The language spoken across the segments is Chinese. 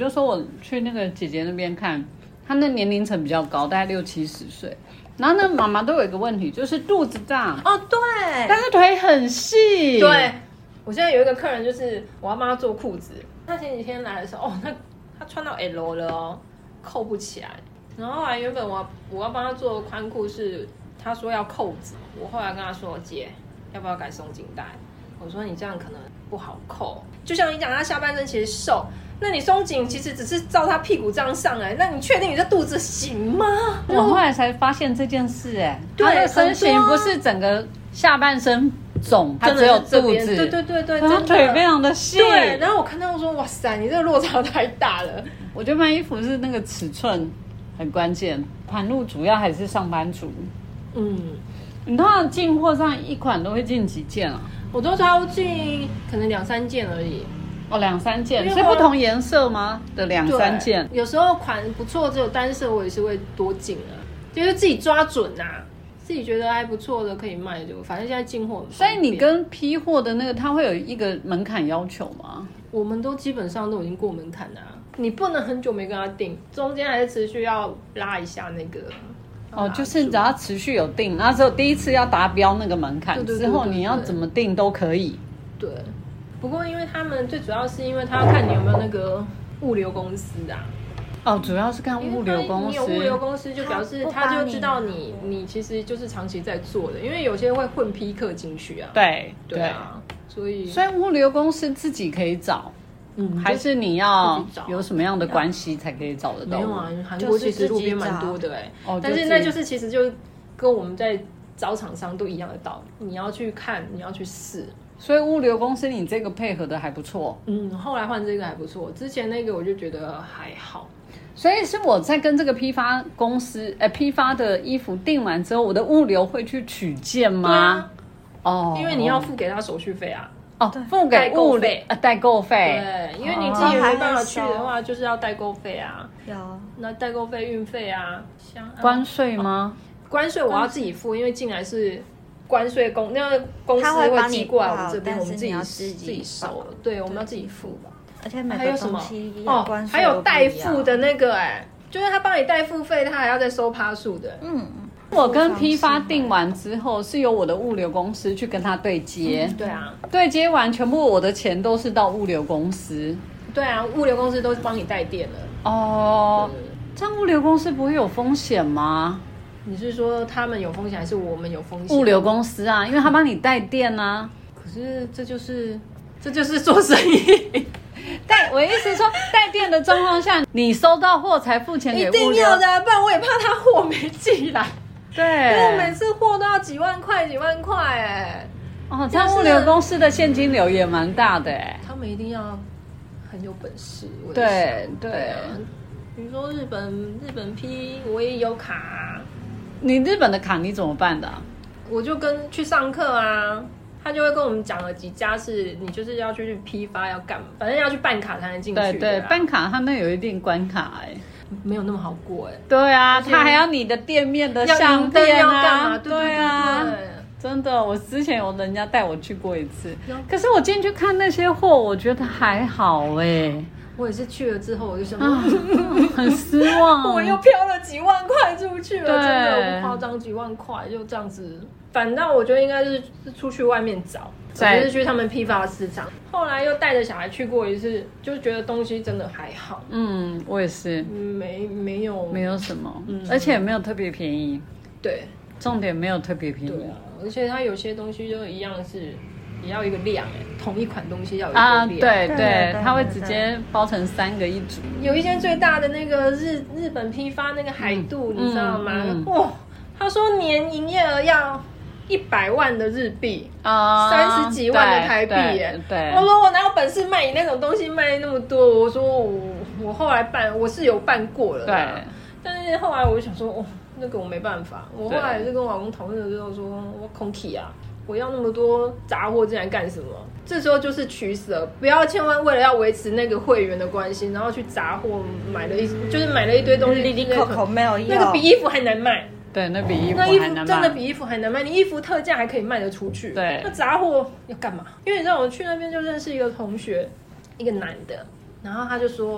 就说我去那个姐姐那边看，她那年龄层比较高，大概60-70岁。然后呢，妈妈都有一个问题，就是肚子大哦，对， 但是腿很细。 对，我现在有一个客人，就是我要帮他做裤子，他前几天来的时候，他穿到 L 了哦，扣不起来。然后后来原本我要帮他做宽裤是，他说要扣子，我后来跟他说姐，要不要改松紧带？我说你这样可能不好扣，就像你讲，他下半身其实瘦。那你松紧其实只是照他屁股这样上来，那你确定你这肚子行吗？ 我后来才发现这件事，他的身形不是整个下半身肿，他只有肚子， 对， 他腿非常的细。 对，然后我看到说，哇塞，你这个落差太大了。 我觉得卖衣服是那个尺寸很关键，盘路主要还是上班族。你通常进货上一款都会进几件啊？ 我都超进可能2-3件而已。 2-3件，是不同颜色吗？的2-3件， 有时候款不错，只有单色我也是会多进啊，就是自己抓准啊，自己觉得还不错的可以卖就，反正现在进货很方便。 所以你跟批货的那个，他会有一个门槛要求吗？ 我们都基本上都已经过门槛了你不能很久没跟他订，中间还是持续要拉一下那个。 就是只要持续有订，然后只有第一次要达标那个门槛，之后你要怎么订都可以。 对。不过，因为他们最主要是因为他要看你有没有那个物流公司啊。 主要是看物流公司。 你有物流公司，就表示他就知道你其实就是长期在做的，因为有些会混批客进去啊。 对啊，所以物流公司自己可以找，还是你要有什么样的关系才可以找得到？ 没有啊，韩国其实路边蛮多的但是那就是其实就跟我们在找厂商都一样的道理，你要去看，你要去试。 所以物流公司你这个配合的还不错。 后来换这个还不错，之前那个我就觉得还好。 所以是我在跟这个批发公司批发的衣服订完之后，我的物流会去取件吗？ 因为你要付给他手续费啊。 付给物流代购费。 对，因为你自己没办法去的话，就是要代购费啊。那代购费、运费啊， 关税吗？ 关税我要自己付，因为进来是关税那个公司会寄过来我们这边，我们自己收了。对，我们要自己付吧。 而且还有什么还有代付的那个就是他帮你代付费，他还要再收趴数的。 我跟批发订完之后，是由我的物流公司去跟他对接。 对啊， 对接完全部我的钱都是到物流公司。 对啊，物流公司都帮你代垫了。 这样物流公司不会有风险吗？ 你是说他们有风险，还是我们有风险？ 物流公司啊，因为他帮你代垫啊。 可是这就是做生意。 我意思说，代垫的状况下，你收到货才付钱给物流。 一定要的，不然我也怕他货没寄来。 对， 因为我每次货都要几万块这样物流公司的现金流也蛮大的他们一定要很有本事。 对， 比如说日本批我也有卡你日本的卡你怎么办的我就去上课啊，他就会跟我们讲了几家是你就是要去批发要干嘛，反正要去办卡才能进去。 对，办卡他那有一定关卡没有那么好过对啊，他还要你的店面的相片要干嘛？ 对啊，真的，我之前有人家带我去过一次，可是我进去看那些货，我觉得还好我也是去了之后，我就想很失望， 我又飘了几万块出去了，真的不夸张，几万块就这样子。反倒我觉得应该是出去外面找，就是去他们批发市场。后来又带着小孩去过一次，就觉得东西真的还好。 我也是， 没有什么，而且也没有特别便宜。 对， 重点没有特别便宜。 对啊，而且它有些东西就一样是。也要一个量同一款东西要有一个量对，它会直接包成3个一组。 有一间最大的那个日本批发那个海渡，你知道吗？他说年营业额要100万的日币，30几万的台币对， 我说我哪有本事卖你那种东西卖那么多？我说我后来我是有办过了，对，但是后来我就想说，那个我没办法。我后来也是跟我老公讨论了之后说，我空体啊。我要那么多杂货进来干什么？这时候就是取舍，不要千万为了要维持那个会员的关系，然后去杂货买了一堆东西， 没有用， 那个比衣服还难卖。 对，那比衣服还难卖， 真的比衣服还难卖。你衣服特价还可以卖得出去， 对， 那杂货要干嘛？因为你知道我去那边就认识一个同学，一个男的，然后他就说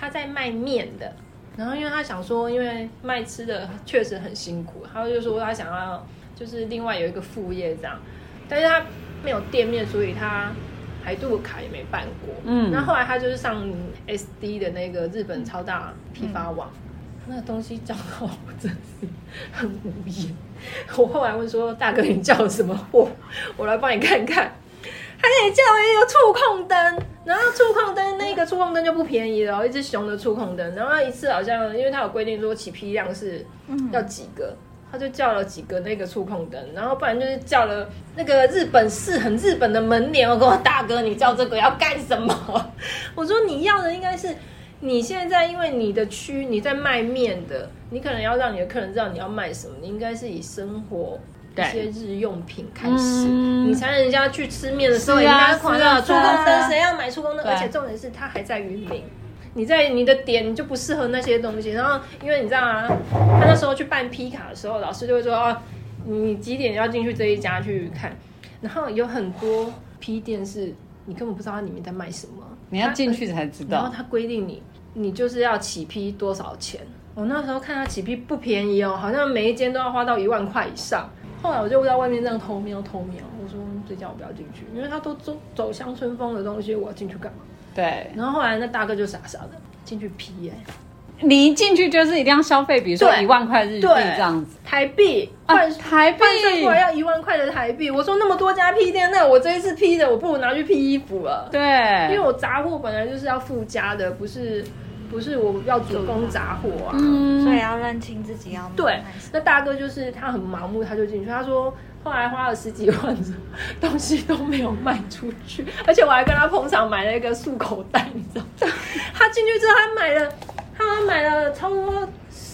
他在卖面的，然后因为他想说，因为卖吃的确实很辛苦，他就说他想要就是另外有一个副业这样，但是他没有店面，所以他海渡卡也没办过。然后后来他就是上 SD 的那个日本超大批发网，那个东西叫到我真是很无言。我后来问说大哥你叫了什么货，我来帮你看看。他给你叫了一个触控灯，然后触控灯那个触控灯就不便宜了，一只熊的触控灯，然后一次好像因为他有规定说起批量是要几个，他就叫了几个那个触控灯，然后不然就是叫了那个很日本的门帘。我跟我大哥你叫这个要干什么？我说你要的应该是你现在因为你的区你在卖面的，你可能要让你的客人知道你要卖什么，你应该是以生活一些日用品开始，你才能人家去吃面的时候，人家狂要触控灯，谁要买触控灯？而且重点是它还在云林，你在你的点你就不适合那些东西。然后因为你知道啊，他那时候去办批卡的时候，老师就会说哦，你几点要进去这一家去看。然后有很多批店是你根本不知道它里面在卖什么， 你要进去才知道。 然后他规定你就是要起批多少钱。我那时候看他起批不便宜哦，好像每一间都要花到1万块以上。后来我就在外面这样偷瞄，我说这家我不要进去，因为他都走乡村风的东西，我要进去干嘛？ 对。 然后后来那大哥就傻傻的进去批你一进去就是一定要消费，比如说1万块日币这样子， 台币台币换算过来要1万块的台币。我说那么多家批店，那我这一次批的，我不如拿去批衣服了。 对， 因为我杂货本来就是要附加的，不是我要主攻杂货啊， 所以要认清自己要买。 对，那大哥就是他很盲目，他就进去，他说后来花了10几万，东西都没有卖出去，而且我还跟他捧场买了一个束口袋，你知道吗？他进去之后，他买了差不多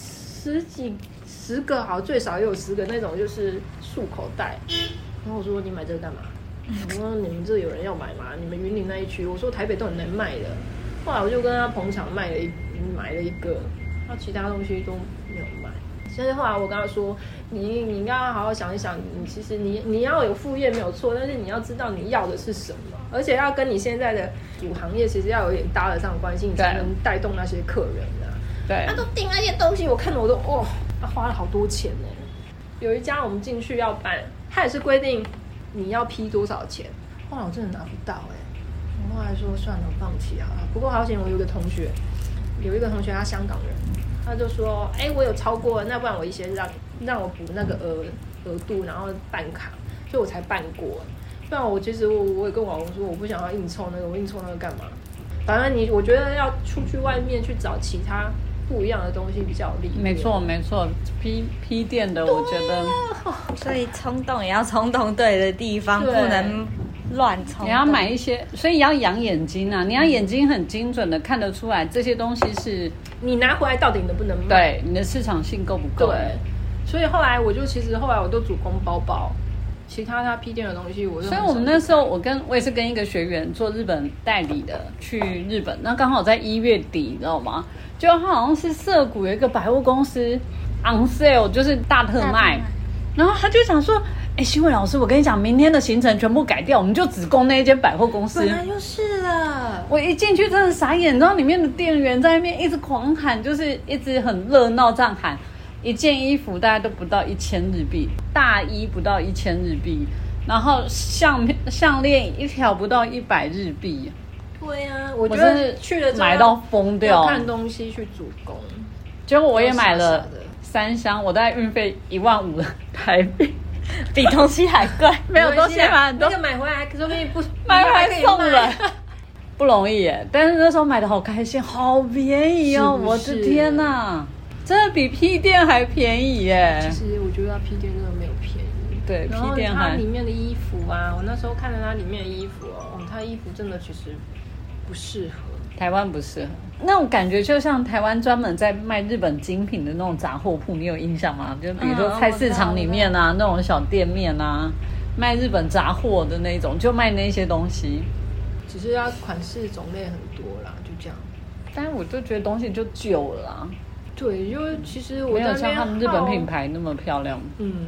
10个，好最少也有10个那种就是束口袋。然后我说你买这个干嘛？我说你们这有人要买吗？你们云林那一区，我说台北都很难卖的。后来我就跟他捧场买了一个，他其他东西都没有卖。所以后来我跟他说，你应该好好想一想，其实你要有副业没有错，但是你要知道你要的是什么，而且要跟你现在的主行业其实要有点搭得上关系，你才能带动那些客人啊。 对， 他都订那些东西，我看了我都他花了好多钱呢。有一家我们进去要办，他也是规定你要批多少钱，后来我真的拿不到我后来说算了，我放弃好了。不过好险，我有一个同学他香港人，他就说，我有超过，那不然我先让我补那个额度，然后办卡，所以我才办过。不然我其实我也跟我老公说，我不想要硬凑那个，我硬凑那个干嘛？反正我觉得要出去外面去找其他不一样的东西比较有利。 没错，批店的我觉得， 所以冲动也要冲动对的地方，不能乱冲动。 你要买一些，所以要养眼睛啊！你要眼睛很精准的看得出来这些东西是你拿回来到底能不能卖， 对你的市场性够不够？ 对，所以后来我都主攻包包，其他批店的东西我就。 所以我们那时候我也是跟一个学员做日本代理的，去日本，那刚好在1月底，你知道吗？就他好像是涩谷有一个百货公司 on sale， 就是大特卖，然后他就想说。新伟老师，我跟你讲，明天的行程全部改掉，我们就只供那一间百货公司。 本来就是了。 我一进去真的傻眼，你知道里面的店员在那边一直狂喊，就是一直很热闹这样喊。一件衣服大概都不到1000日币，大衣不到1000日币，然后项链一条不到100日币。 对啊，我觉得去了买到疯掉， 看东西去主攻。 结果我也买了3箱，我大概运费15000的台币。 比东西还贵， 没有东西买很多， 那个买回来说不定不买回来送人，不容易耶。但是那时候买的好开心，好便宜哦！我的天哪，真的比批店还便宜耶！ 其实我觉得批店真的没有便宜， 对，批店它里面的衣服啊，我那时候看了它里面的衣服它衣服真的其实不适合。 台湾不适合那种感觉，就像台湾专门在卖日本精品的那种杂货铺，你有印象吗？就比如说菜市场里面啊，那种小店面啊，卖日本杂货的那种，就卖那些东西。 只是要款式种类很多啦，就这样。 但是我就觉得东西就旧了啦。 对，因为其实我没有像他们日本品牌那么漂亮。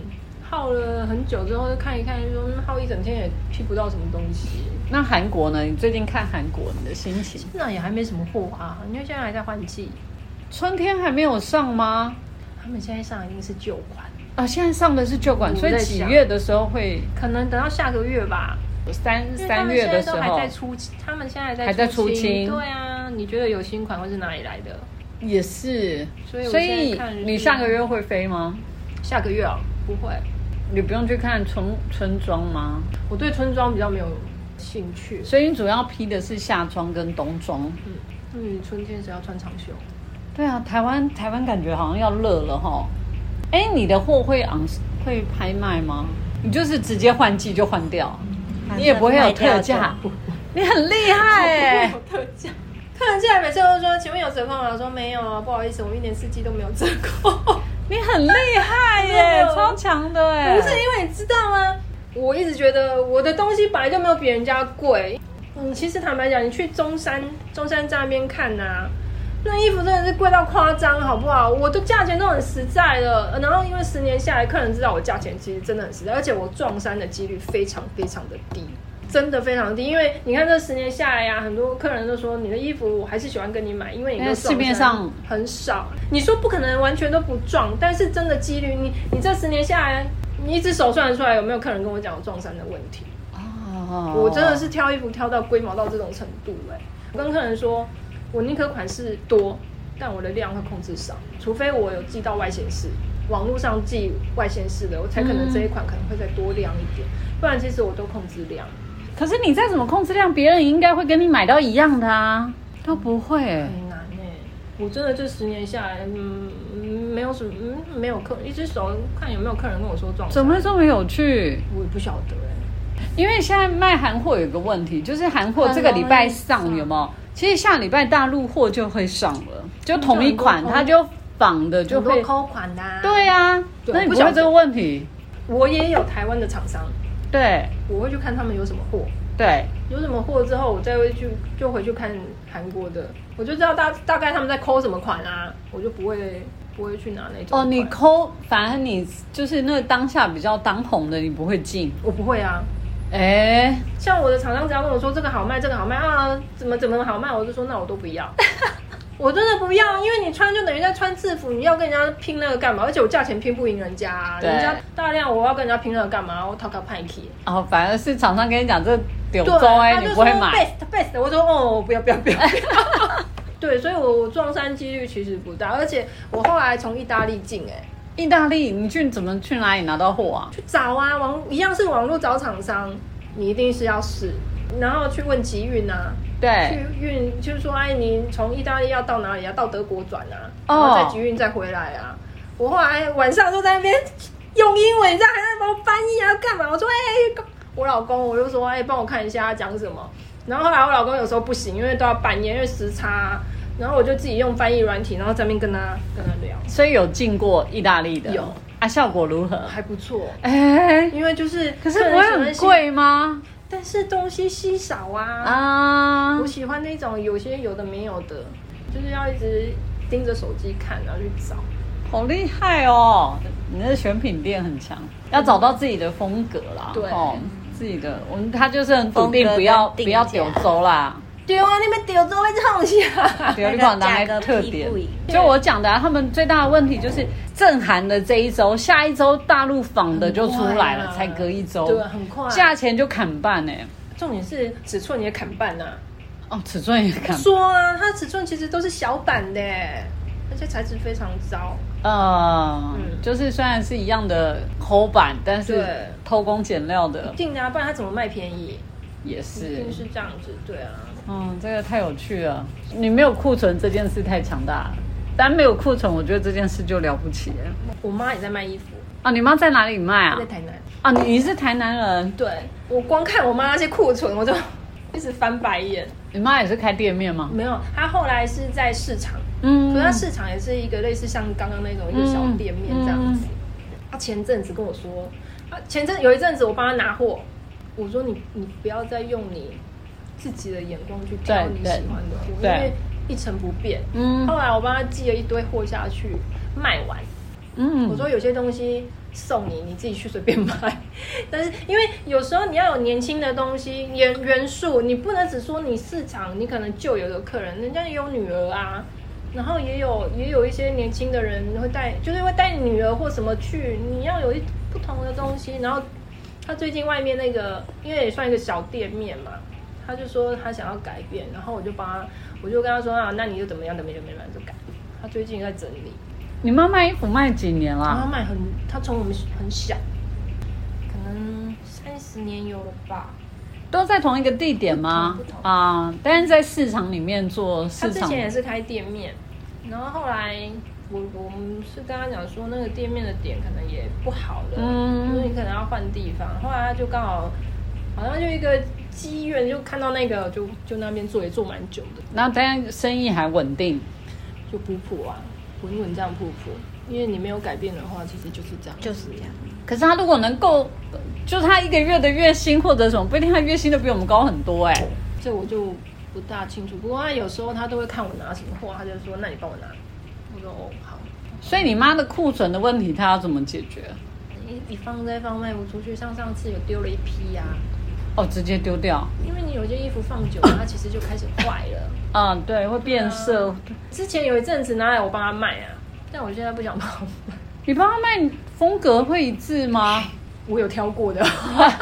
耗了很久之后，就看一看，就说耗一整天也批不到什么东西。 那韩国呢？你最近看韩国，你的心情？ 那也还没什么货啊，因为现在还在换季， 春天还没有上吗？ 他们现在上一定是旧款啊，现在上的是旧款，所以几月的时候会？ 可能等到下个月吧。 三月的时候， 他们现在还在出清。 对啊，你觉得有新款会是哪里来的？ 也是，所以你下个月会飞吗？ 下个月啊，不会。 你不用去看春装吗？ 我对春装比较没有兴趣， 所以你主要批的是夏装跟冬装。 春天是要穿长袖。 对啊，台湾感觉好像要热了哈。哎，你的货会拍卖吗？你就是直接换季就换掉，你也不会有特价。你很厉害哎！ 有特价，客人进来每次都说：“请问有折扣吗？”我说：“没有啊，不好意思，我一年四季都没有折扣。” 你很厉害耶，超强的哎！ 不是因为你知道吗？我一直觉得我的东西本来就没有比人家贵。其实坦白讲，你去中山站那边看啊，那衣服真的是贵到夸张，好不好？我的价钱都很实在的，然后因为10年下来，客人知道我价钱其实真的很实在，而且我撞衫的几率非常非常的低。真的非常低，因为你看这10年下来呀，很多客人都说你的衣服我还是喜欢跟你买，因为你的市面上很少。你说不可能完全都不撞，但是真的几率，你这10年下来，你一只手算得出来有没有客人跟我讲有撞衫的问题？我真的是挑衣服挑到龟毛到这种程度我跟客人说，我宁可款式多，但我的量会控制少，除非我有寄到外县市。网络上寄外县市的，我才可能这一款可能会再多量一点，不然其实我都控制量。 可是你再怎么控制量，别人应该会跟你买到一样的啊，都不会很难我真的这10年下来，没有什么，没有客人，一只手看有没有客人跟我说撞衫。 怎么会这么有趣？ 我也不晓得因为现在卖韩货有一个问题，就是韩货这个礼拜上有没有？其实下礼拜大陆货就会上了，就同一款，它就仿的就会很多抠款的。 对啊，那你不会这个问题？ 我也有台湾的厂商。对，我会去看他们有什么货。 对， 有什么货之后，我再回去看韩国的，我就知道大概他们在抠什么款啊，我就不会去拿那种。 你抠，反正你就是那当下比较当红的，你不会进。 我不会啊。像我的厂商只要跟我说这个好卖，这个好卖啊，怎么好卖，我就说那我都不要。我真的不要，因为你穿就等于在穿制服，你要跟人家拼那个干嘛？而且我价钱拼不赢人家，人家大量，我要跟人家拼那个干嘛？我讨个派气。 反而是厂商跟你讲这丢周你不会买。 best， 我说不要。对，所以我撞衫几率其实不大，而且我后来从意大利进意大利，你怎么去哪里拿到货啊？ 去找啊，一样是网络找厂商，你一定是要试，然后去问集运啊。 对， 去运就是说，你从意大利要到哪里？要到德国转啊，然后再集运再回来啊。我后来晚上就在那边用英文，你知道还在帮我翻译啊，干嘛？我说我老公，我就说帮我看一下他讲什么。然后后来我老公有时候不行，因为都要半夜，因为时差。然后我就自己用翻译软体，然后在那边跟他聊。 所以有进过意大利的？ 有啊，效果如何？ 还不错。 因为就是， 可是不会很贵吗？ 但是东西稀少啊！我喜欢那种有的没有的，就是要一直盯着手机看，然后去找。 好厉害哦！你那选品店很强，要找到自己的风格啦。 对， 自己的，他就是很笃定，不要丢周啦。 对啊，你们丢周会冲下。 对，你看拿来特点。就我讲的他们最大的问题就是正韩的这一周，下一周大陆仿的就出来了，才隔一周， 对，很快， 价钱就砍半重点是尺寸也砍半尺寸也砍。 说啊，它尺寸其实都是小版的，而且材质非常糟。 就是虽然是一样的口版，但是偷工减料的。 一定的，不然它怎么卖便宜？ 也是， 一定是这样子，对啊。 这个太有趣了。你没有库存这件事太强大了，但没有库存，我觉得这件事就了不起了。 我妈也在卖衣服你妈在哪里卖啊？ 在台南。 你是台南人？ 对，我光看我妈那些库存，我就一直翻白眼。 你妈也是开店面吗？ 没有，她后来是在市场。可是她市场也是一个类似像刚刚那种一个小店面这样子。她前阵子跟我说，有一阵子我帮她拿货，我说你不要再用你自己的眼光去挑你喜欢的货，因为一成不变。后来我帮他寄了一堆货下去，卖完。我说有些东西送你，你自己去随便买。但是因为有时候你要有年轻的东西元素，你不能只说你市场你可能旧有的客人，人家也有女儿啊，然后也有一些年轻的人会带，就是会带女儿或什么去，你要有不同的东西。然后他最近外面那个，因为也算一个小店面嘛，他就说他想要改变，然后我就跟他说啊，那你就怎么样就改。他最近在整理。 你妈卖衣服卖几年啦？ 他从我们很小，可能30年有了吧。 都在同一个地点吗？ 不同啊，但是在市场里面做市场。 他之前也是开店面，然后后来我们是跟他讲说，那个店面的点可能也不好了，就是你可能要换地方。后来他就刚好像就一个机缘，就看到那个就那边做也做蛮久的。 那但生意还稳定， 就普啊，稳这样普，因为你没有改变的话，其实就是这样， 就是这样。 可是他如果能够，就他一个月的月薪或者什么，不一定他月薪都比我们高很多哎、 这我就不大清楚。不过他有时候他都会看我拿什么货，他就说：“那你帮我拿。”我说：“哦，好。” 所以你妈的库存的问题，她要怎么解决？ 一放再放卖不出去，上次有丢了一批呀、 哦，直接丢掉。 因为你有件衣服放久了，它其实就开始坏了。 嗯，对，会变色。 之前有一阵子拿来我帮他卖啊，但我现在不想帮他卖。 你帮他卖风格会一致吗？ 我有挑过的， 我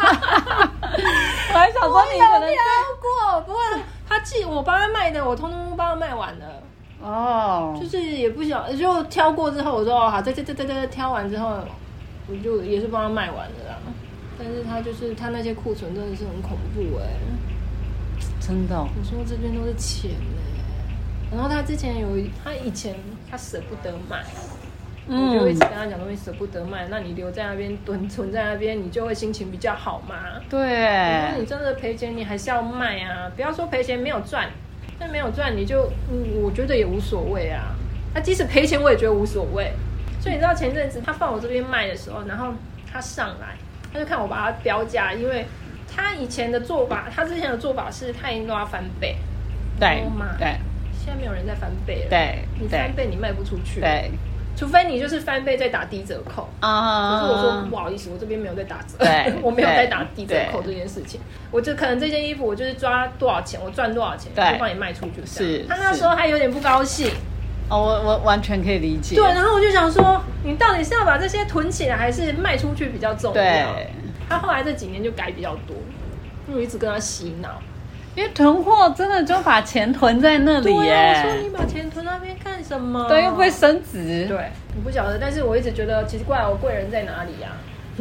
还想说你可能挑过，不过我帮他卖的，我通通帮他卖完了。 哦， 就是也不想，就挑过之后，我说哦好，这挑完之后，我就也是帮他卖完了啦。但是他那些库存真的是很恐怖哎、 真的、哦。 我说这边都是钱哎、然后他以前他舍不得卖。我就一直跟他讲说，你舍不得卖，那你留在那边存在那边，你就会心情比较好嘛。 对， 如果你真的赔钱，你还是要卖啊！不要说赔钱没有赚，那没有赚你就我觉得也无所谓啊。他即使赔钱，我也觉得无所谓。所以你知道前阵子他放我这边卖的时候，然后他上来，他就看我把它标价，因为他以前的做法，他之前的做法是他一定都要翻倍。 对对，现在没有人在翻倍了。 对， 你翻倍你卖不出去。 对。 除非你就是翻倍再打低折扣可是我说不好意思，我这边没有在打折，我没有在打低折扣这件事情。我就可能这件衣服我就是抓多少钱，我赚多少钱，我就帮你卖出去。是，他那时候还有点不高兴。 哦，我完全可以理解。 对，然后我就想说，你到底是要把这些囤起来，还是卖出去比较重要？对。他后来这几年就改比较多，因为我一直跟他洗脑。 因为囤货真的就把钱囤在那里耶。 我说你把钱囤那边干什么？ 对，又不会升值。 对，我不晓得，但是我一直觉得奇怪，我贵人在哪里呀、我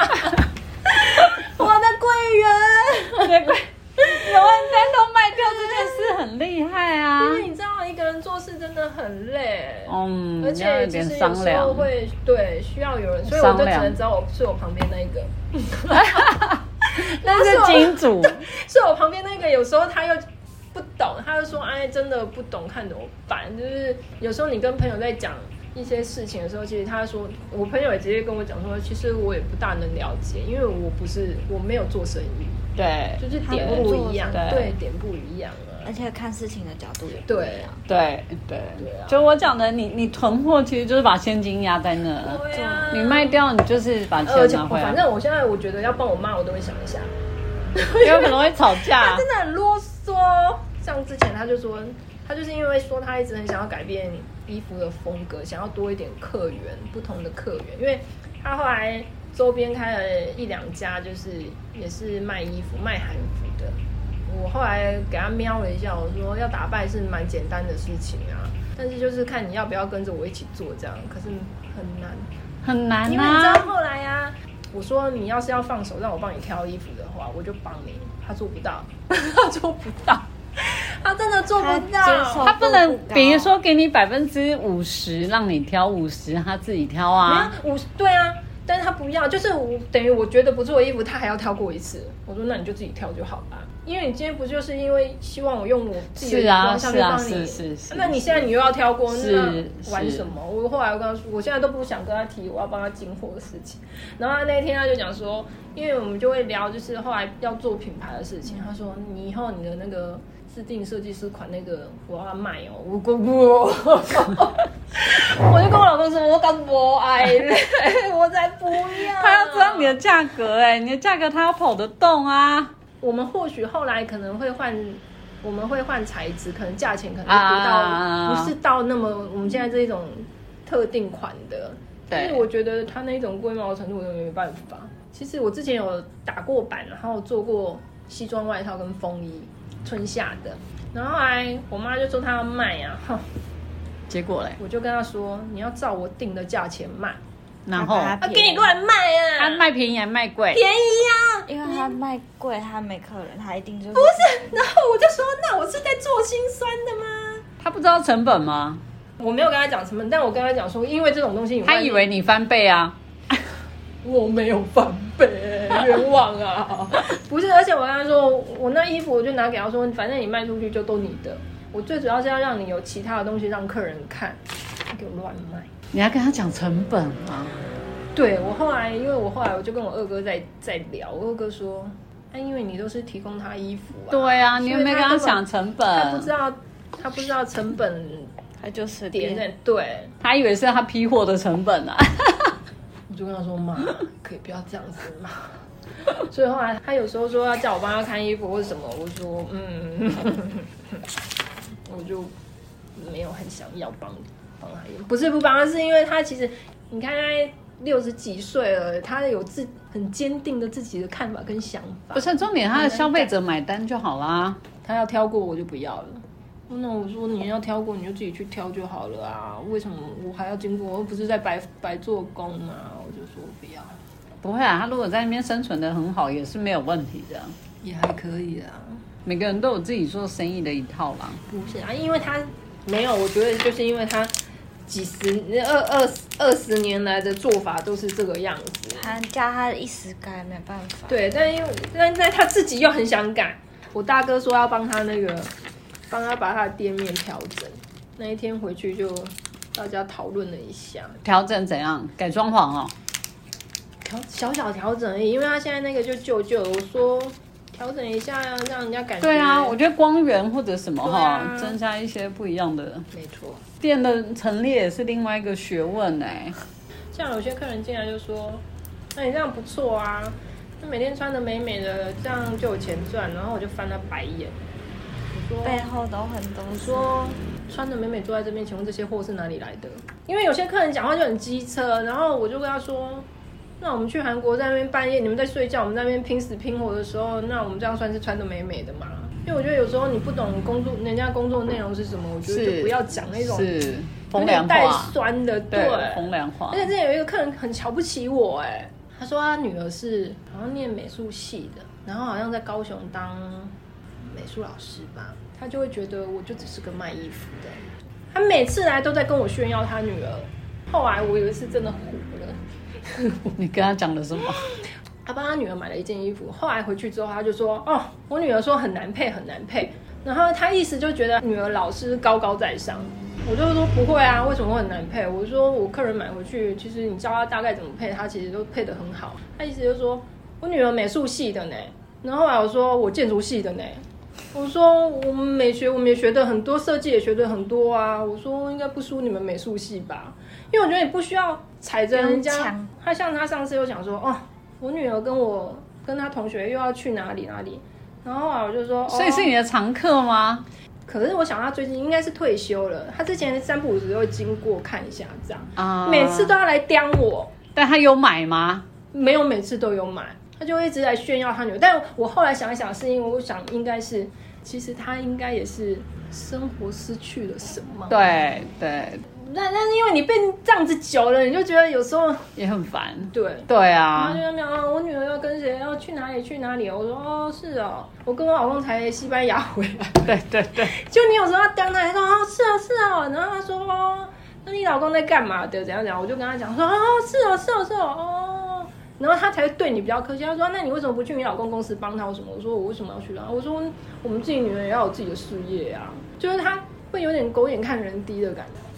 的贵人， 有人单都卖掉这件事很厉害啊。 因为你知道，一个人做事真的很累。 而且其实有时候会需要有人，所以我就只能找睡我旁边那一个。 那是金主， 是我旁边那个，有时候他又不懂，他就说：“哎，真的不懂，看怎么办？”就是有时候你跟朋友在讲一些事情的时候，其实他说，我朋友也直接跟我讲说，其实我也不大能了解，因为我没有做生意， 对， 就是点不一样，对，点不一样啊。 而且看事情的角度也不一样。 对，就我讲的，你囤货其实就是把现金压在那， 对啊， 你卖掉，你就是把钱拿回来。 反正我现在我觉得要帮我妈，我都会想一下， 因为可能会吵架。 他真的很啰嗦。像之前他就说，他就是因为说他一直很想要改变衣服的风格，想要多一点客源，不同的客源，因为他后来周边开了1-2家，就是也是卖衣服、卖韩服的。我后来给他瞄了一下，我说要打败是蛮简单的事情啊，但是就是看你要不要跟着我一起做这样，可是很难啊。 因为你知道后来啊，我说你要是要放手让我帮你挑衣服的话，我就帮你。他做不到，他做不到，他真的做不到。 他不能，比如说给你50%让你挑50%，他自己挑啊。 对啊。但是他不要，就是等于我觉得不错的衣服，他还要挑过一次。我说那你就自己挑就好了，因为你今天不就是因为希望我用我自己的眼光上面帮你？是。那你现在你又要挑过，那玩什么？我后来我跟他说，我现在都不想跟他提我要帮他进货的事情。然后他那天他就讲说， 因为我们就会聊，就是后来要做品牌的事情。他说你以后你的那个制定设计师款那个我要卖哦，我就跟我老公说，我敢不爱，我才不要。 他要知道你的价格你的价格他要跑得动啊。 我们或许后来可能会换。我们会换材质，可能价钱可能不是到那么我们现在这一种特定款的，但是我觉得它那种龟毛程度我都没办法。其实我之前有打过版，然后做过西装外套跟风衣，春夏的。然后后来我妈就说她要卖啊， 结果嘞， 我就跟她说你要照我定的价钱卖。 然后给你乱卖啊！ 他卖便宜还卖贵？ 便宜啊！ 因为他卖贵，他没客人，他一定就是不是。然后我就说，那我是在做心酸的吗？ 他不知道成本吗？ 我没有跟他讲成本，但我跟他讲说，因为这种东西， 他以为你翻倍啊。 我没有翻倍，冤枉啊！不是，而且我跟他说，我那衣服我就拿给他说，反正你卖出去就都你的。我最主要是要让你有其他的东西让客人看，你给我乱卖。 你还跟他讲成本吗？ 对，我后来我就跟我二哥在聊，我二哥说，因为你都是提供他衣服啊。 对啊，你有没有跟他讲成本？ 他不知道成本， 他就是点在对， 他以为是他批货的成本啊。 我就跟他说妈，可以不要这样子嘛。所以后来他有时候说要叫我帮他看衣服或者什么，我说我就没有很想要帮他，不是不帮他，是因为他其实你看他60几岁了，他有很坚定的自己的看法跟想法。 不是重点，他的消费者买单就好啦。 他要挑过我就不要了。那我说你要挑过你就自己去挑就好了啊，为什么我还要经过？我不是在白做工吗？我就说不要。 不会啊，他如果在那边生存的很好，也是没有问题的， 也还可以啊。 每个人都有自己做生意的一套啦。 不是啊，因为他没有，我觉得就是因为他20年来的做法都是这个样子。 他叫他一时改没办法。 对，但他自己又很想改。我大哥说要帮他把他的店面调整。那一天回去就大家讨论了一下， 调整怎样？改装潢哦。 小调整而已，因为他现在那个就旧旧，我说调整一下，让人家感觉。 对啊，我觉得光源或者什么啊， 增加一些不一样的。 没错， 店的陈列也是另外一个学问像有些客人进来就说：“那你这样不错啊，那每天穿的美美的，这样就有钱赚。”然后我就翻他白眼，我说背后都很多。 我说穿的美美坐在这边，请问这些货是哪里来的？因为有些客人讲话就很机车，然后我就跟他说。那我们去韩国在那边半夜，你们在睡觉，我们在那边拼死拼活的时候，那我们这样算是穿得美美的吗？因为我觉得有时候你不懂人家工作内容是什么，我觉得就不要讲那种有点带酸的，对， 风凉话。 而且之前有一个客人很瞧不起我，他说他女儿是好像念美术系的，然后好像在高雄当美术老师吧，他就会觉得我就只是个卖衣服的。他每次来都在跟我炫耀他女儿，后来我以为是真的火了。 你跟他讲了什么？ 他帮他女儿买了一件衣服，后来回去之后他就说：“哦，我女儿说很难配，很难配。”然后他意思就觉得女儿老是高高在上。我就说不会啊，为什么会很难配？我说我客人买回去，其实你教他大概怎么配，他其实都配得很好。他意思就是说我女儿美术系的呢，然后后来我说我建筑系的呢。我说我们美学我们也学的很多，设计也学的很多啊。我说应该不输你们美术系吧，因为我觉得你不需要踩着人家。他像他上次又讲说，哦，我女儿跟他同学又要去哪里，然后后来我就说， 所以是你的常客吗？ 可是我想他最近应该是退休了，他之前3不5时会经过看一下这样， 啊， 每次都要来刁我。 但他有买吗？ 没有，每次都有买。他就一直在炫耀他女儿，但我后来想一想，是因为我想应该是，其实他应该也是生活失去了什么。 对。 但是因为你被这样子久了，你就觉得有时候也很烦。 对啊。 然后就在那边我女儿要跟谁要去哪里？我说哦是哦，我跟我老公才西班牙回来。对。就你有时候要当他，说哦是哦，然后他说哦，那你老公在干嘛的？怎样？我就跟他讲说哦是哦。然后他才会对你比较客气，他说：“那你为什么不去你老公公司帮他？”什么？我说：“我为什么要去啊？”我说：“我们自己女人也要有自己的事业啊。”就是他会有点狗眼看人低的感觉。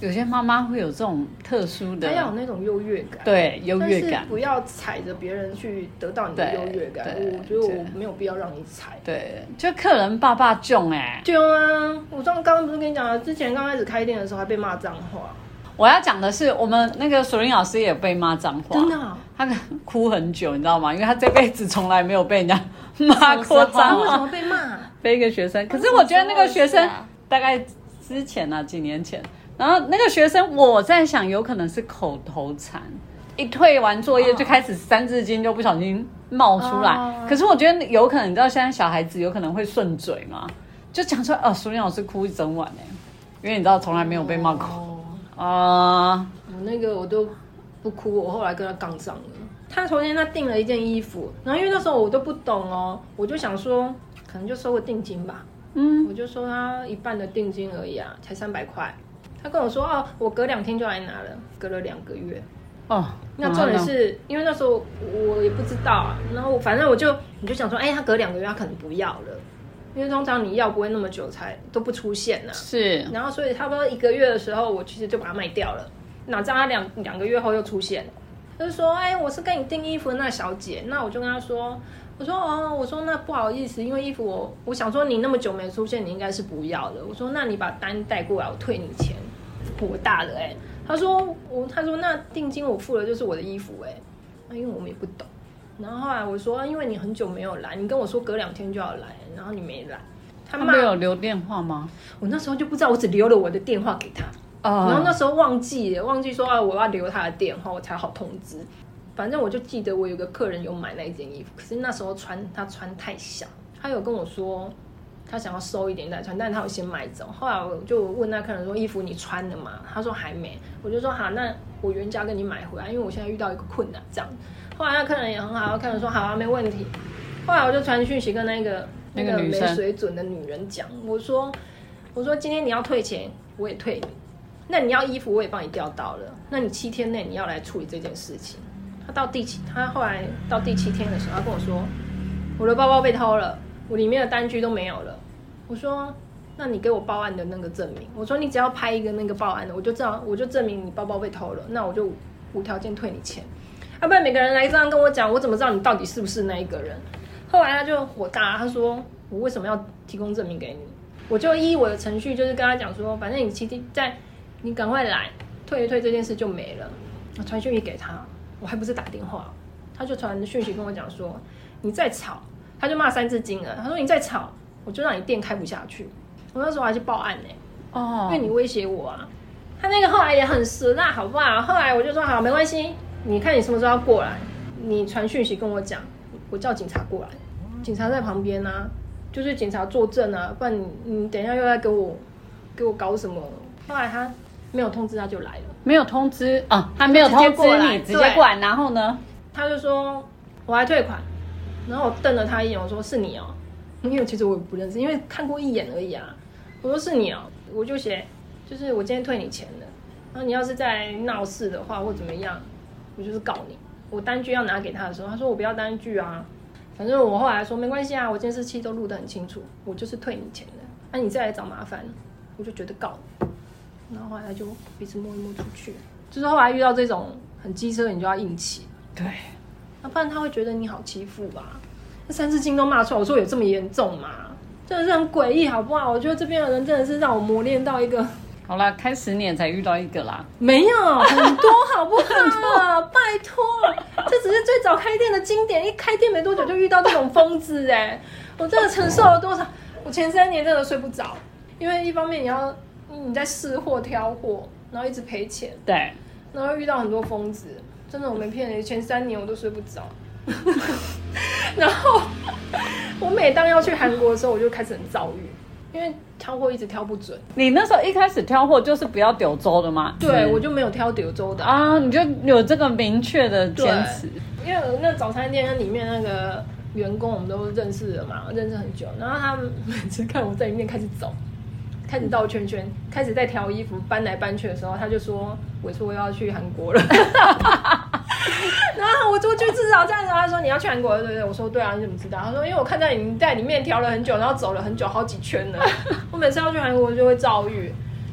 有些妈妈会有这种特殊的， 她要有那种优越感， 对，优越感， 但是不要踩着别人去得到你的优越感。我觉得我没有必要让你踩。 对，就客人爸爸囧囧啊！我刚刚不是跟你讲了，之前刚开始开店的时候还被骂脏话。 我要讲的是，我们那个索林老师也被骂脏话， 真的、啊， 他哭很久，你知道吗？因为他这辈子从来没有被人家骂过脏话。 为什么被骂？ 被一个学生，可是我觉得那个学生大概之前啊，几年前，然后那个学生，我在想，有可能是口头禅，一退完作业就开始三字经就不小心冒出来。可是我觉得有可能，你知道现在小孩子有可能会顺嘴嘛，就讲出来哦，索林老师哭一整晚哎，因为你知道从来没有被骂过。我那个我都不哭，我后来跟他杠上了。他昨天他订了一件衣服，然后因为那时候我都不懂哦，我就想说可能就收个定金吧，我就收他一半的定金而已啊，才300块。他跟我说哦，我隔2天就来拿了，隔了2个月。 哦， 那重点是因为那时候我也不知道啊，然后反正我就想说，他隔2个月他可能不要了。因为通常你要不会那么久才都不出现啊， 是， 然后所以差不多1个月的时候，我其实就把它卖掉了。哪知道他两个月后又出现，就是说，我是跟你订衣服的那小姐。那我就跟他说，我说那不好意思，因为衣服我想说你那么久没出现，你应该是不要的。我说那你把单带过来，我退你钱。火大的他说那定金我付了就是我的衣服那因为我们也不懂。然后后来我说，因为你很久没有来，你跟我说隔2天就要来，然后你没来， 他没有留电话吗？ 我那时候就不知道，我只留了我的电话给他，然后那时候忘记说我要留他的电话，我才好通知。反正我就记得我有个客人有买那一件衣服，可是那时候他穿太小，他有跟我说他想要收一点再穿，但是他有先买走。后来我就问那客人说，衣服你穿了吗？他说还没。我就说好，那我原价跟你买回来，因为我现在遇到一个困难这样。后来那客人也很好，客人说好啊，没问题。后来我就传讯息跟那个没水准的女人讲，我说今天你要退钱，我也退你。那你要衣服，我也帮你调到了。那你7天内你要来处理这件事情。他后来到第7天的时候，他跟我说，我的包包被偷了，我里面的单据都没有了。我说那你给我报案的那个证明。我说你只要拍一个那个报案的，我就证明你包包被偷了，那我就无条件退你钱。要不然每个人来这样跟我讲，我怎么知道你到底是不是那一个人？后来他就火大，他说我为什么要提供证明给你？我就依我的程序，就是跟他讲说，反正你赶快来退一退，这件事就没了。我传讯息给他，我还不是打电话，他就传讯息跟我讲说，你再吵，他就骂3字经了。他说你再吵，我就让你店开不下去。我那时候还去报案因为你威胁我啊。他那个后来也很死辣，好不好？后来我就说好，没关系。你看你什么时候要过来，你传讯息跟我讲，我叫警察过来，警察在旁边啊，就是警察作证啊，不然你等一下又在给我搞什么？后来他没有通知，他就来了， 没有通知啊，他没有通知你，直接过来，然后呢， 他就说我还退款，然后我瞪了他一眼，我说是你哦，因为其实我也不认识，因为看过一眼而已啊，我说是你哦，我就写就是我今天退你钱的，然后你要是再闹事的话或怎么样。我就是告你，我单据要拿给他的时候，他说我不要单据啊，反正我后来说没关系啊，我监视器都录得很清楚，我就是退你钱的，那你再来找麻烦，我就觉得告你，然后后来他就彼此摸一摸出去，就是后来遇到这种很机车，你就要硬气， 对， 那不然他会觉得你好欺负吧？那3字经都骂出来，我说有这么严重吗？真的是很诡异，好不好？我觉得这边的人真的是让我磨练到一个。 好啦，开10年才遇到一个啦， 没有很多，好不好？拜托，这只是最早开店的经典，一开店没多久就遇到这种疯子我真的承受了多少？我前3年真的睡不着，因为一方面你在试货挑货，然后一直赔钱， 对， 然后遇到很多疯子，真的我没骗你，前3年我都睡不着。然后我每当要去韩国的时候，我就开始很躁郁。因为挑货一直挑不准。 你那时候一开始挑货就是不要柳州的吗？ 对，我就没有挑柳州的啊，你就有这个明确的坚持。 因为那早餐店里面那个员工我们都认识了嘛，认识很久，然后他们每次看我在里面开始走，开始绕圈圈，开始在挑衣服搬来搬去的时候，他就说我说我要去韩国了。然后我就去吃早餐，然后他说你要去韩国，对不对？我说对啊，你怎么知道？他说因为我看到你在里面挑了很久，然后走了很久，好几圈了。我每次要去韩国就会躁郁，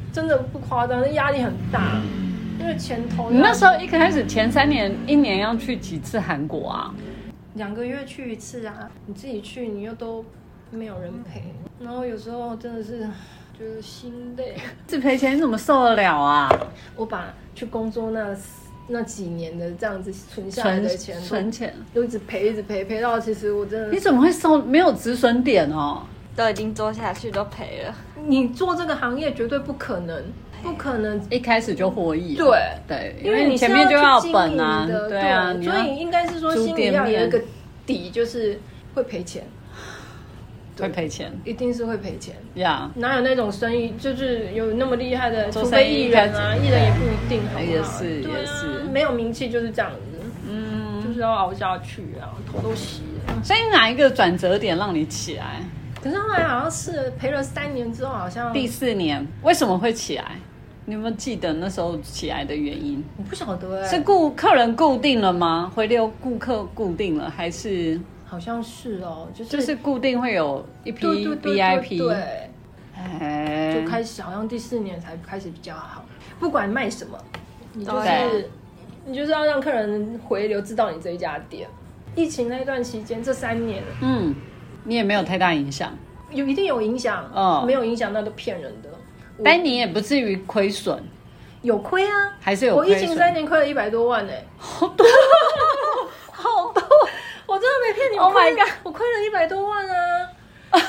真的不夸张，那压力很大，因为钱投。 你那时候一开始前3年，一年要去几次韩国啊 ？2个月去一次啊，你自己去，你又都没有人陪，然后有时候真的是觉得心累。 自赔钱你怎么受得了啊？ 我把去工作那几年的这样子存下来的钱， 存钱都一直赔到其实我真的。 你怎么会受没有止损点哦？ 都已经做下去都赔了。 你做这个行业绝对不可能一开始就获益。对， 因为你前面就要本啊，对啊， 所以应该是说心里要有一个底，就是会赔钱。 会赔钱， 一定是会赔钱呀。 哪有那种生意就是有那么厉害的，除非艺人啊，艺人也不一定，好不好？ 也是， 没有名气就是这样子，就是要熬下去啊，头都洗了。 所以哪一个转折点让你起来？ 可是后来好像是赔了3年之后，好像第4年为什么会起来？你有没有记得那时候起来的原因？ 我不晓得是客人固定了吗？回流顾客固定了还是？ 好像是哦， 就是固定会有一批 VIP， 对，就开始好像第4年才开始比较好。不管卖什么，你就是要让客人回流，知道你这一家店。疫情那段期间，这3年， 你也没有太大影响， 一定有影响，没有影响那都骗人的。 但你也不至于亏损， 有亏啊， 还是有亏损。 我疫情3年亏了100多万好多，好多。 我真的没骗你 ，Oh my god， 我亏了100多万啊！所以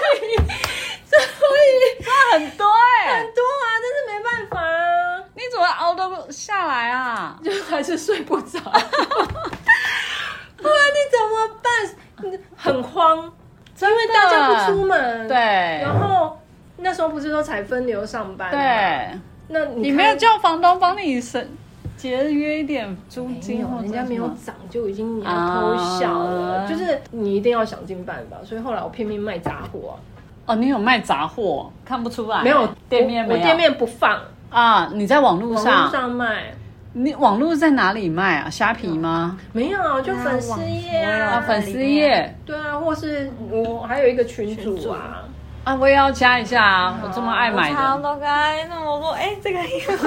这很多很多啊，但是没办法啊。 你怎么熬得下来啊？ 就还是睡不着，不然你怎么办？很慌，因为大家不出门， 对。 然后那时候不是都采分流上班吗？ 对。 那你没有叫房东帮你节约一点租金， 人家没有涨就已经你要偷笑了，就是你一定要想尽办法。所以后来我拼命卖杂货哦，你有卖杂货，看不出来。 没有店面没有， 我店面不放啊。你在网络上卖， 你网络在哪里卖啊？虾皮吗？ 没有，就粉丝页啊， 粉丝页。 对啊，或是我还有一个群组啊。 啊，我也要加一下啊！我这么爱买的。 我常常都跟他我说，这个衣服，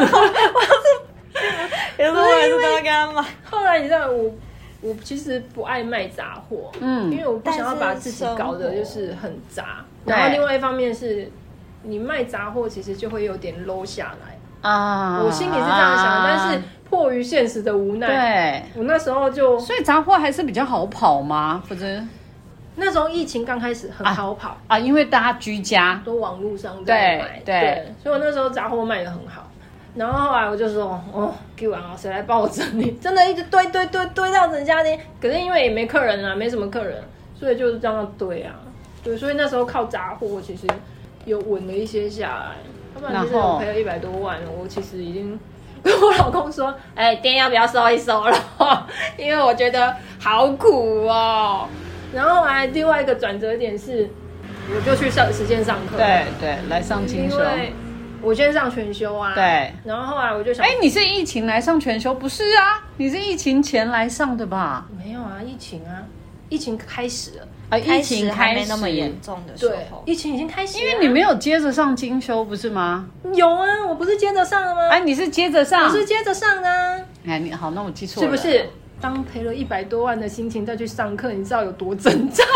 有时候我也是都要跟他买。 后来你知道我其实不爱卖杂货，因为我不想要把自己搞得就是很杂。然后另外一方面是，你卖杂货其实就会有点 low 下来啊。我心里是这样想，但是迫于现实的无奈，对，我那时候所以杂货还是比较好跑吗？否则。 那时候疫情刚开始很好跑啊，因为大家居家， 都网络上在买，对，所以我那时候杂货卖得很好。然后后来我就说，给完了，谁来帮我整理？真的一直堆到整家店，可是因为也没客人啊，没什么客人，所以就是这样堆啊。对，所以那时候靠杂货其实有稳了一些下来，要不然其实我赔了100多万，我其实已经跟我老公说，店要不要收一收了？因为我觉得好苦哦。然后还另外一个转折点是，我就去实践上课， 对，来上精修。因为我先上全修啊， 对。 然后后来我就想， 你是疫情来上全修？不是啊，你是疫情前来上的吧？ 没有啊，疫情开始了啊，疫情还没那么严重的时候， 疫情已经开始了。 因为你没有接着上精修，不是吗？ 有啊，我不是接着上的吗？ 你是接着上， 我是接着上的啊。 你好，那我记错了， 是不是？当赔了100多万的心情再去上课，你知道有多挣扎？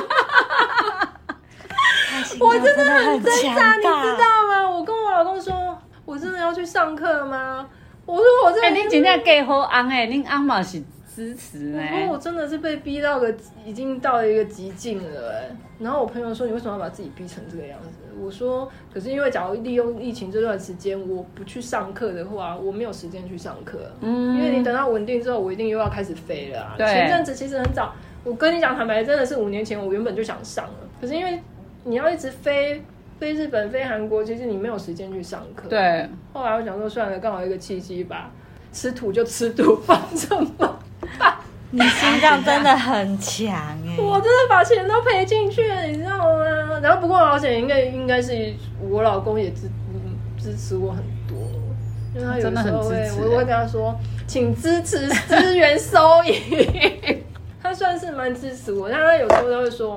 我真的很挣扎，你知道吗？我跟我老公说，我真的要去上课吗？我说我真的， 你真的给好昂你昂嘛是支持我真的是被逼到已经到了一个极境了然后我朋友说，你为什么要把自己逼成这个样子？我说，可是因为假如利用疫情这段时间，我不去上课的话，我没有时间去上课。因为你等到稳定之后，我一定又要开始飞了前阵子其实很早，我跟你讲坦白，真的是5年前我原本就想上了，可是因为你要一直飞日本、飞韩国，其实你没有时间去上课。 对。 后来我想说，算了，刚好一个契机吧，吃土就吃土，反正嘛。 你心脏真的很强我真的把钱都赔进去了，你知道吗？然后不过好险，应该是我老公也支持我很多，因为他有时候我会跟他说，请支持资源收益，他算是蛮支持我，但他有时候都会说，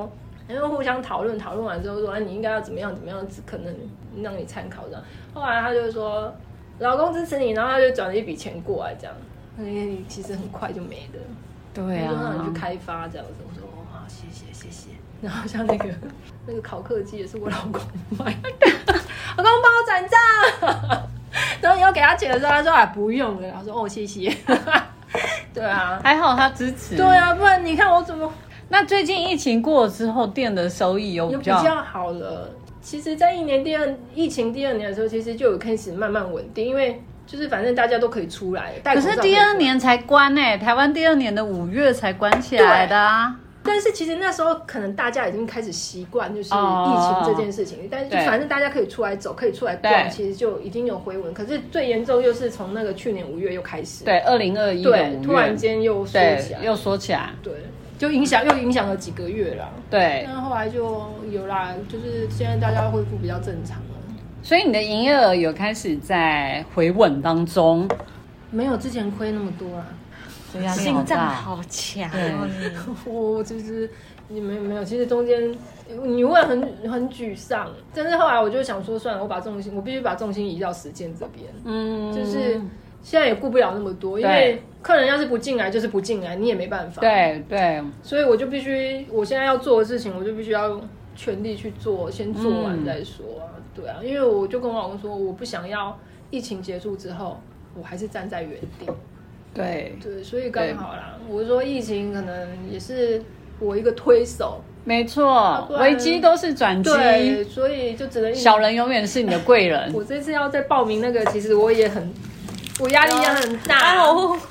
因为互相讨论完之后说，你应该要怎么样，可能让你参考这样。后来他就说，老公支持你，然后他就转了一笔钱过来这样，其实很快就没了。 对啊， 让你去开发这样子。我说哇，谢谢。然后像那个烤客机也是我老公买的，老公帮我转账。然后你要给他钱的时候，他说不用了，他说谢谢。对啊， 还好他支持。 对啊，不然你看我怎么？ 那最近疫情过了之后，店的收益有比较好了。其实，在疫情第二年的时候，其实就有开始慢慢稳定，因为就是反正大家都可以出来。 可是第二年才关台湾第二年的5月才关起来的啊。 但是其实那时候可能大家已经开始习惯就是疫情这件事情，但是就反正大家可以出来走，可以出来逛，其实就已经有回稳。可是最严重又是从那个去年5月又开始， 对，2021的5月， 对，突然间又缩起来，对，就影响了几个月了。 对， 那后来就有啦，就是现在大家恢复比较正常了。所以你的营业额有开始在回稳当中， 没有之前亏那么多啊。 心脏好强我就是你没有，其实中间你会很沮丧，但是后来我就想说，算了，我必须把重心移到实践这边，就是现在也顾不了那么多，因为客人要是不进来就是不进来，你也没办法。 对， 所以我就必须，我现在要做的事情，我就必须要全力去做，先做完再说啊。对啊，因为我就跟我老公说，我不想要疫情结束之后，我还是站在原地。对，所以刚好啦。我说疫情可能也是我一个推手， 没错，危机都是转机， 对，所以就只能小人永远是你的贵人。 我这次要再报名那个，其实我压力也很大。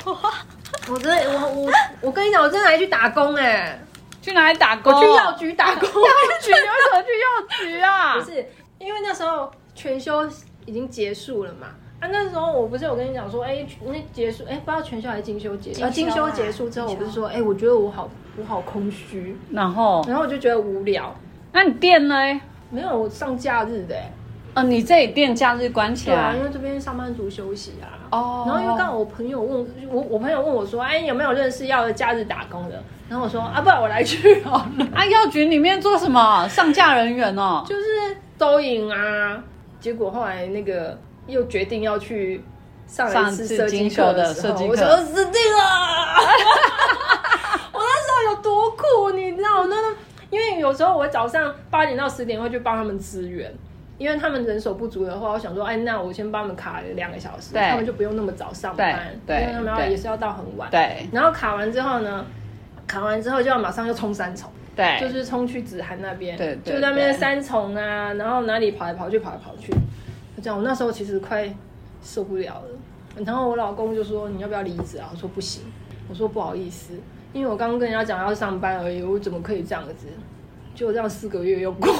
我跟你讲，我真的还去打工去哪里打工？ 我去药局打工。药局？你为什么去药局啊？ 不是，因为那时候全休已经结束了嘛。那时候我不是有跟你讲说，那结束，不知道全休还是精休结束。精休结束之后，我不是说，我觉得我好空虚，然后我就觉得无聊。 那你店呢？ 没有，我上假日的。 你这里店假日关起来？对啊，因为这边上班族休息啊。然后因为刚好我朋友问我说，有没有认识要假日打工的？然后我说不然我来去好了。 药局里面做什么？上架人员哦， 就是收银啊。结果后来那个。又决定要去上一次设计课的时候，我说死定了！我那时候有多苦，你知道？因为有时候我早上8点到10点会去帮他们支援，因为他们人手不足的话，我想说，那我先帮他们卡2个小时，他们就不用那么早上班，因为他们也是要到很晚。对。然后卡完之后就要马上又冲3重，对，就是冲去子涵那边，对，就那边3重啊，然后哪里跑来跑去。这样，我那时候其实快受不了了。然后我老公就说：“你要不要离职啊？”我说：“不行。”我说：“不好意思，因为我刚刚跟人家讲要上班而已，我怎么可以这样子？”就这样4个月又过，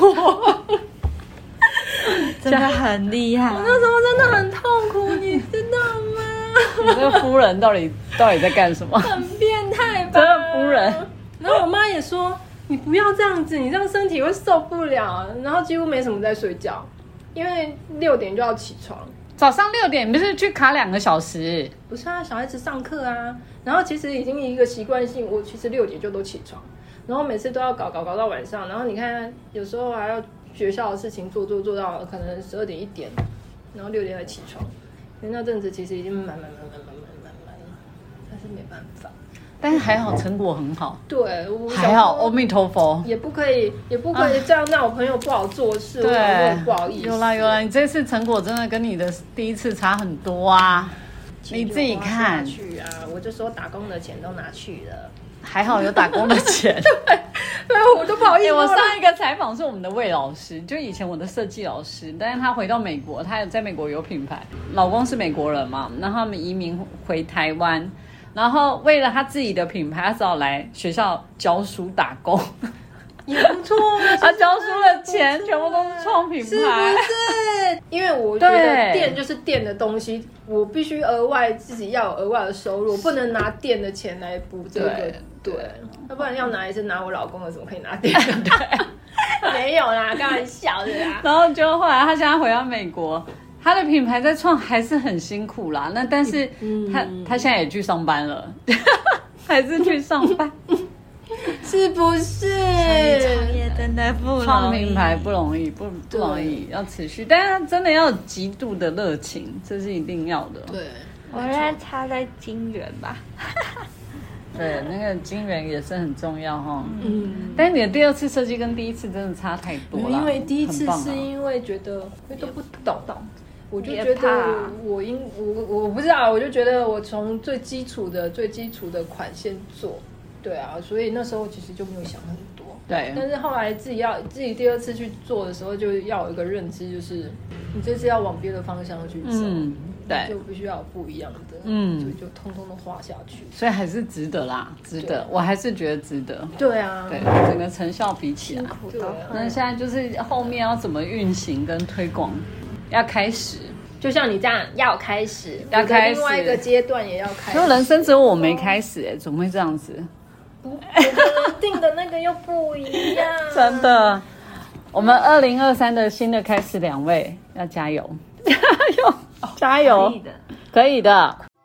真的很厉害。 我那时候真的很痛苦，你知道吗？ 你这个夫人到底在干什么？ 很变态吧？ 真的夫人。 然后我妈也说：“你不要这样子，你这样身体会受不了。”然后几乎没什么在睡觉。因为6点就要起床， 早上6点，你不是去卡2个小时？ 不是啊，小孩子上课啊。然后其实已经一个习惯性，我其实6点就都起床，然后每次都要搞到晚上。然后你看，有时候还要学校的事情做到可能12点1点，然后6点才起床。那阵子其实已经蛮了，但是没办法。 但是还好成果很好， 对， 还好，阿弥陀佛， 也不可以这样让我朋友不好做事，对，很不好意思。 有啦，你这次成果真的跟你的第一次差很多啊，你自己看去啊，我就说打工的钱都拿去了， 还好有打工的钱， 对，我都不好意思。 我上一个采访是我们的魏老师，就以前我的设计老师，但是他回到美国，他在美国有品牌，老公是美国人嘛，然后他们移民回台湾。然后为了他自己的品牌，他只好来学校教书打工， 也不错。 他教书的钱全部都是创品牌， 是不是？因为我觉得店就是店的东西，我必须额外自己要有额外的收入，我不能拿店的钱来补这个。对，要不然要拿也是拿我老公的，怎么可以拿店的？对，没有啦，开玩笑的啦。 然后就后来他现在回到美国。他的品牌在创还是很辛苦啦，那但是他现在也去上班了，还是去上班， 是不是？ 创业真的不容易， 创品牌不容易，不容易，要持续，但是真的要有极度的热情，这是一定要的。 对， 我觉得差在金源吧。 对，那个金源也是很重要哈。但是你的第二次设计跟第一次真的差太多了。 因为第一次很棒啊是因为觉得都不懂，我就觉也怕得我不知道，我就觉得我从最基础的款先做，对啊，所以那时候其实就没有想很多。 对， 但是后来自己第二次去做的时候，就要有一个认知，就是你这次要往别的方向去走， 对， 就必须要有不一样的，所以就通通都画下去。 所以还是值得啦，值得，我还是觉得值得。 对啊， 对，整个成效比起来， 对啊， 那现在就是后面要怎么运行跟推广，要开始。 就像你这样要开始， 要开始另外一个阶段也要开始。 因为人生只有我没开始，怎么会这样子？ 每个人定的那个又不一样， 真的。我们2023的新的开始，2位要加油，加油，加油， 可以的， 可以的。